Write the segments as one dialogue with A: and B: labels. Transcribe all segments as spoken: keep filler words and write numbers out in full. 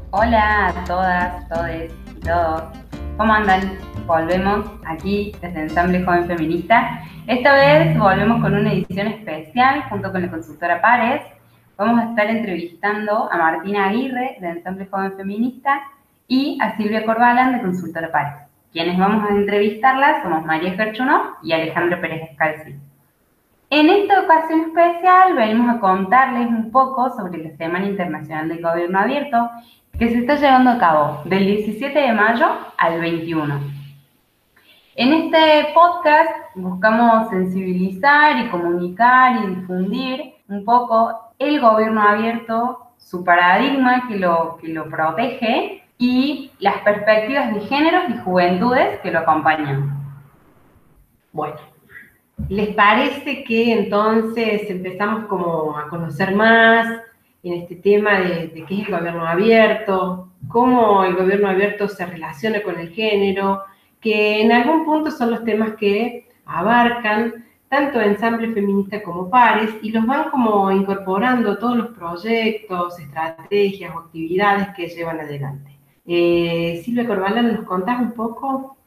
A: Hola a todas, todes y todos. ¿Cómo andan? Volvemos aquí desde Ensamble Joven Feminista. Esta vez volvemos con una edición especial junto con la consultora Pares. Vamos a estar entrevistando a Martina Aguirre de Ensamble Joven Feminista y a Silvia Corbalán de consultora Pares. Quienes vamos a entrevistarlas somos María Gerchunov y Alejandra Pérez Escalzi. En esta ocasión especial venimos a contarles un poco sobre la Semana Internacional del Gobierno Abierto que se está llevando a cabo del diecisiete de mayo al veintiuno. En este podcast buscamos sensibilizar y comunicar y difundir un poco el gobierno abierto, su paradigma que lo, que lo protege y las perspectivas de géneros y juventudes que lo acompañan.
B: Bueno, ¿les parece que entonces empezamos como a conocer más en este tema de, de qué es el gobierno abierto, cómo el gobierno abierto se relaciona con el género, que en algún punto son los temas que abarcan tanto Ensamble Feminista como Pares y los van como incorporando todos los proyectos, estrategias o actividades que llevan adelante? Eh, Silvia Corbalán, ¿nos contás un poco?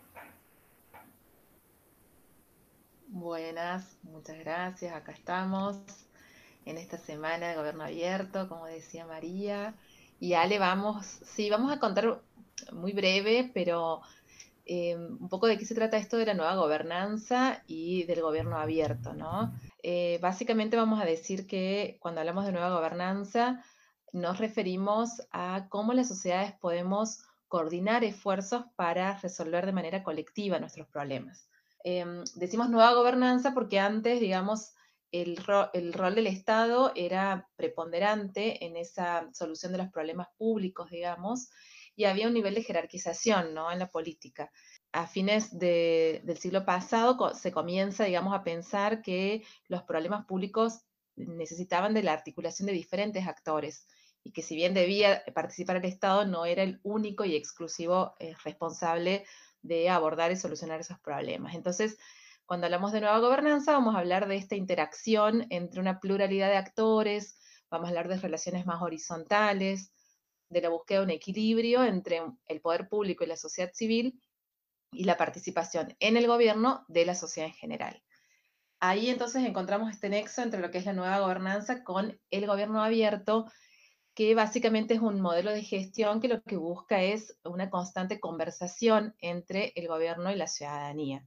C: Buenas, muchas gracias. Acá estamos en esta semana de Gobierno Abierto, como decía María. Y Ale, vamos, sí, vamos a contar muy breve, pero eh, un poco de qué se trata esto de la nueva gobernanza y del gobierno abierto, ¿no? Eh, básicamente vamos a decir que cuando hablamos de nueva gobernanza, nos referimos a cómo las sociedades podemos coordinar esfuerzos para resolver de manera colectiva nuestros problemas. Eh, decimos nueva gobernanza porque antes, digamos, el, ro el rol del Estado era preponderante en esa solución de los problemas públicos, digamos, y había un nivel de jerarquización, ¿no?, en la política. A fines de, del siglo pasado co se comienza, digamos, a pensar que los problemas públicos necesitaban de la articulación de diferentes actores y que si bien debía participar el Estado, no era el único y exclusivo eh, responsable de abordar y solucionar esos problemas. Entonces, cuando hablamos de nueva gobernanza, vamos a hablar de esta interacción entre una pluralidad de actores, vamos a hablar de relaciones más horizontales, de la búsqueda de un equilibrio entre el poder público y la sociedad civil y la participación en el gobierno de la sociedad en general. Ahí entonces encontramos este nexo entre lo que es la nueva gobernanza con el gobierno abierto, que básicamente es un modelo de gestión que lo que busca es una constante conversación entre el gobierno y la ciudadanía.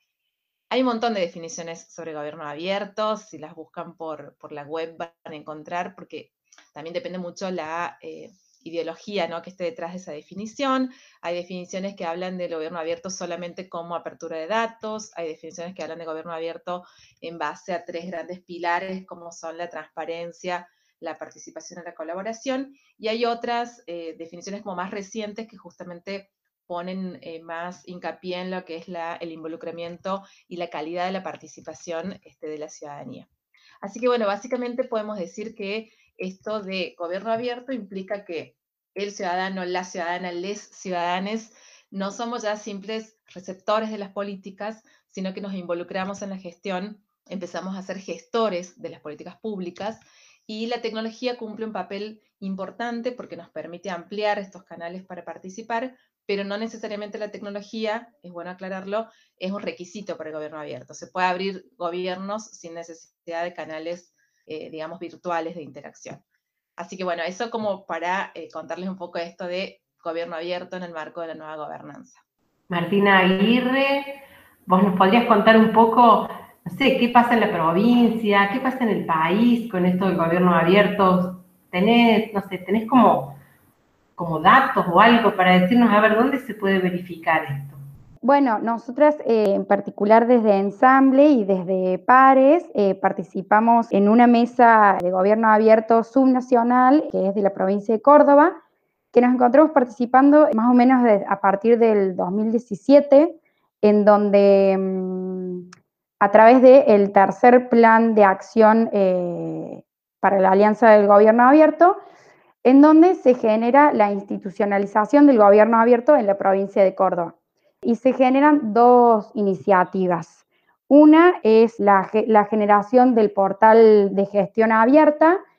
C: Hay un montón de definiciones sobre gobierno abierto, si las buscan por, por la web van a encontrar, porque también depende mucho la eh, ideología, ¿no?, que esté detrás de esa definición. Hay definiciones que hablan del gobierno abierto solamente como apertura de datos, hay definiciones que hablan de gobierno abierto en base a tres grandes pilares, como son la transparencia, la participación y la colaboración, y hay otras eh, definiciones como más recientes que justamente ponen eh, más hincapié en lo que es la, el involucramiento y la calidad de la participación este, de la ciudadanía. Así que bueno, básicamente podemos decir que esto de gobierno abierto implica que el ciudadano, la ciudadana, les ciudadanes, no somos ya simples receptores de las políticas, sino que nos involucramos en la gestión, empezamos a ser gestores de las políticas públicas y la tecnología cumple un papel importante porque nos permite ampliar estos canales para participar, pero no necesariamente la tecnología, es bueno aclararlo, es un requisito para el gobierno abierto. Se puede abrir gobiernos sin necesidad de canales, eh, digamos, virtuales de interacción. Así que bueno, eso como para eh, contarles un poco esto de gobierno abierto en el marco de la nueva gobernanza.
B: Martina Aguirre, vos nos podrías contar un poco, no sé, qué pasa en la provincia, qué pasa en el país con esto del gobierno abierto. Tenés, no sé, tenés como, como datos o algo para decirnos, a ver, ¿dónde se puede verificar esto?
D: Bueno, nosotras eh, en particular desde Ensamble y desde Pares eh, participamos en una mesa de gobierno abierto subnacional que es de la provincia de Córdoba, que nos encontramos participando más o menos de, a partir del dos mil diecisiete, en donde mmm, a través del tercer plan de acción eh, para la Alianza del Gobierno Abierto, en donde se genera la institucionalización del gobierno abierto en la provincia de Córdoba. Y se generan dos iniciativas. Una es la, la generación del portal de gestión abierta,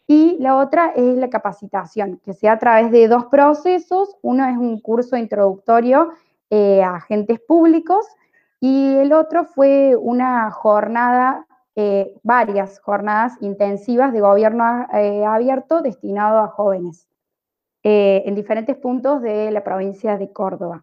D: Y la otra es la capacitación, que sea a través de dos procesos. Uno es un curso introductorio eh, a agentes públicos y el otro fue una jornada, eh, varias jornadas intensivas de gobierno eh, abierto destinado a jóvenes eh, en diferentes puntos de la provincia de Córdoba.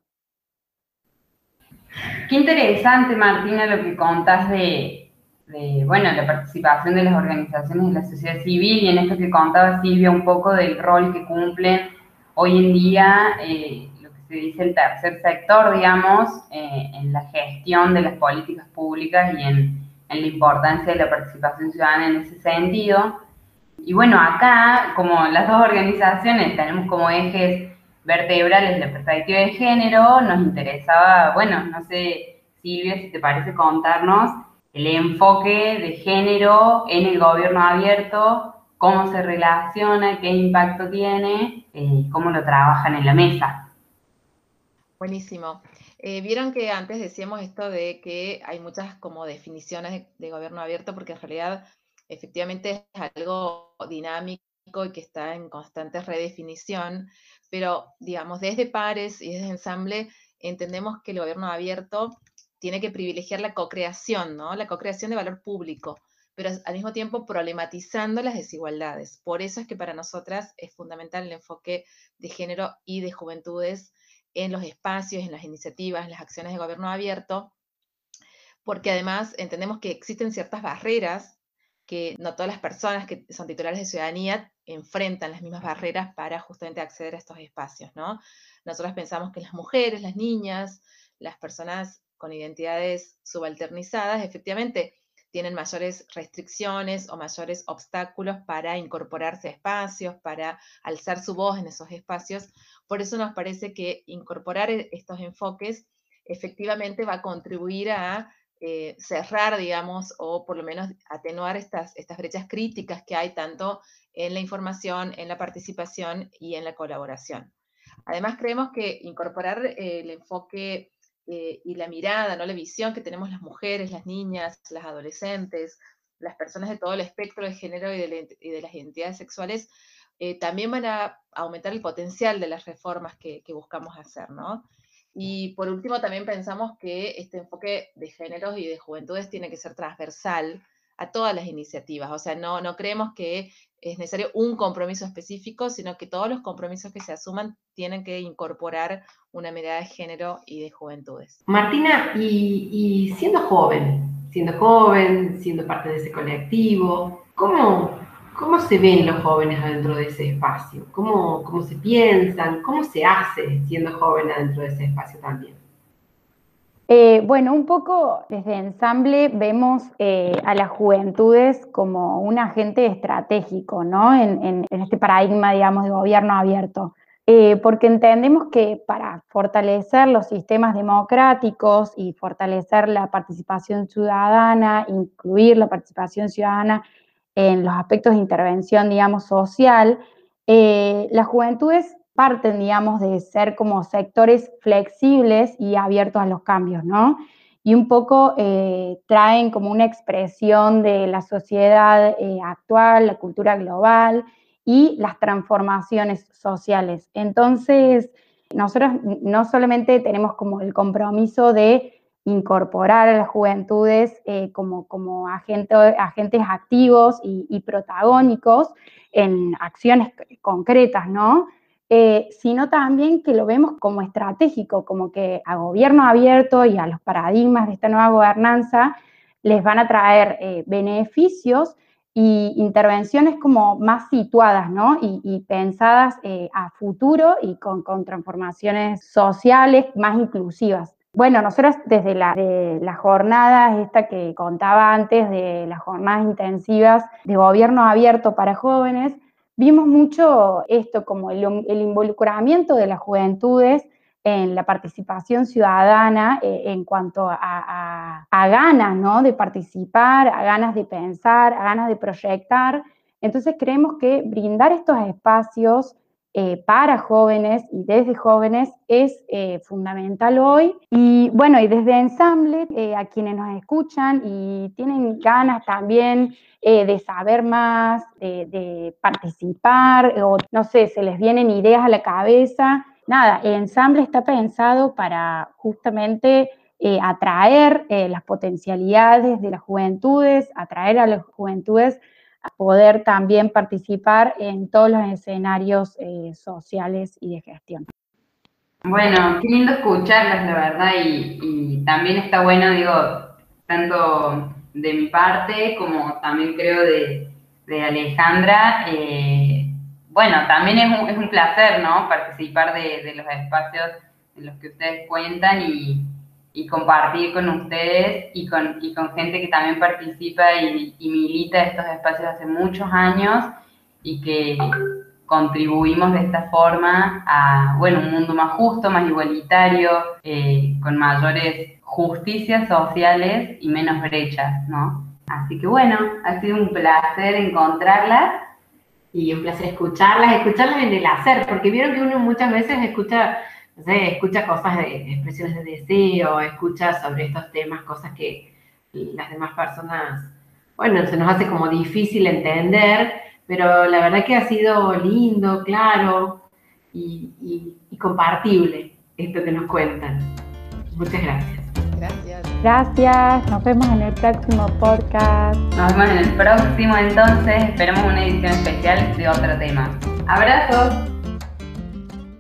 A: Qué interesante, Martina, lo que contás de, de, bueno, la participación de las organizaciones de la sociedad civil y en esto que contaba Silvia un poco del rol que cumplen hoy en día, eh, lo que se dice el tercer sector, digamos, eh, en la gestión de las políticas públicas y en, en la importancia de la participación ciudadana en ese sentido. Y bueno, acá, como las dos organizaciones tenemos como ejes vertebrales la perspectiva de género, nos interesaba, bueno, no sé, Silvia, si te parece contarnos el enfoque de género en el gobierno abierto, cómo se relaciona, qué impacto tiene eh, y cómo lo trabajan en la mesa.
C: Buenísimo. Eh, Vieron que antes decíamos esto de que hay muchas como definiciones de, de gobierno abierto, porque en realidad efectivamente es algo dinámico y que está en constante redefinición, pero digamos desde Pares y desde Ensamble entendemos que el gobierno abierto tiene que privilegiar la co-creación, ¿no? La co-creación de valor público, pero al mismo tiempo problematizando las desigualdades. Por eso es que para nosotras es fundamental el enfoque de género y de juventudes en los espacios, en las iniciativas, en las acciones de gobierno abierto, porque además entendemos que existen ciertas barreras que no todas las personas que son titulares de ciudadanía enfrentan las mismas barreras para justamente acceder a estos espacios, ¿no? Nosotros pensamos que las mujeres, las niñas, las personas con identidades subalternizadas, efectivamente, tienen mayores restricciones o mayores obstáculos para incorporarse a espacios, para alzar su voz en esos espacios. Por eso nos parece que incorporar estos enfoques efectivamente va a contribuir a eh, cerrar, digamos, o por lo menos atenuar estas, estas brechas críticas que hay tanto en la información, en la participación y en la colaboración. Además, creemos que incorporar eh, el enfoque eh, y la mirada, ¿no? La visión que tenemos las mujeres, las niñas, las adolescentes, las personas de todo el espectro de género y de, y de las identidades sexuales, eh, también van a aumentar el potencial de las reformas que, que buscamos hacer, ¿no? Y por último, también pensamos que este enfoque de géneros y de juventudes tiene que ser transversal a todas las iniciativas. O sea, no, no creemos que es necesario un compromiso específico, sino que todos los compromisos que se asuman tienen que incorporar una mirada de género y de juventudes.
B: Martina, y, y siendo joven, siendo joven, siendo parte de ese colectivo, ¿cómo, cómo se ven los jóvenes adentro de ese espacio? ¿Cómo, cómo se piensan? ¿Cómo se hace siendo joven adentro de ese espacio también?
D: Eh, bueno, un poco desde Ensamble vemos eh, a las juventudes como un agente estratégico, ¿no? En, en, en este paradigma, digamos, de gobierno abierto. Eh, porque entendemos que para fortalecer los sistemas democráticos y fortalecer la participación ciudadana, incluir la participación ciudadana en los aspectos de intervención, digamos, social, eh, las juventudes parten, digamos, de ser como sectores flexibles y abiertos a los cambios, ¿no? Y un poco eh, traen como una expresión de la sociedad eh, actual, la cultura global y las transformaciones sociales. Entonces, nosotros no solamente tenemos como el compromiso de incorporar a las juventudes eh, como, como agente, agentes activos y, y protagónicos en acciones concretas, ¿no? Eh, sino también que lo vemos como estratégico, como que a gobierno abierto y a los paradigmas de esta nueva gobernanza les van a traer eh, beneficios y intervenciones como más situadas, ¿no? Y, y pensadas eh, a futuro y con, con transformaciones sociales más inclusivas. Bueno, nosotros desde la, de las jornadas, esta que contaba antes, de las jornadas intensivas de gobierno abierto para jóvenes, vimos mucho esto como el, el involucramiento de las juventudes en la participación ciudadana eh, en cuanto a, a, a ganas, ¿no? De participar, a ganas de pensar, a ganas de proyectar. Entonces creemos que brindar estos espacios eh, para jóvenes y desde jóvenes es eh, fundamental hoy. Y bueno, y desde Ensamble, eh, a quienes nos escuchan y tienen ganas también eh, de saber más, de, de participar, o no sé, se les vienen ideas a la cabeza, nada, Ensamble está pensado para justamente eh, atraer eh, las potencialidades de las juventudes, atraer a las juventudes a poder también participar en todos los escenarios eh, sociales y de gestión.
A: Bueno, qué lindo escucharlas, la verdad, y, y también está bueno, digo, tanto de mi parte como también creo de, de Alejandra. Eh, bueno, también es un, es un placer, ¿no? Participar de, de los espacios en los que ustedes cuentan y, y compartir con ustedes y con, y con gente que también participa y, y milita estos espacios hace muchos años y que contribuimos de esta forma a, bueno, un mundo más justo, más igualitario, eh, con mayores justicias sociales y menos brechas, ¿no? Así que bueno, ha sido un placer encontrarlas.
B: Y un placer escucharlas, escucharlas en el hacer, porque vieron que uno muchas veces escucha, no sé, escucha cosas de expresiones de deseo, escucha sobre estos temas, cosas que las demás personas, bueno, se nos hace como difícil entender, pero la verdad que ha sido lindo, claro y, y, y compartible esto que nos cuentan. Muchas gracias.
C: Gracias.
D: Gracias, nos vemos en el próximo podcast.
A: Nos vemos en el próximo entonces, esperamos una edición especial de otro tema. Abrazos.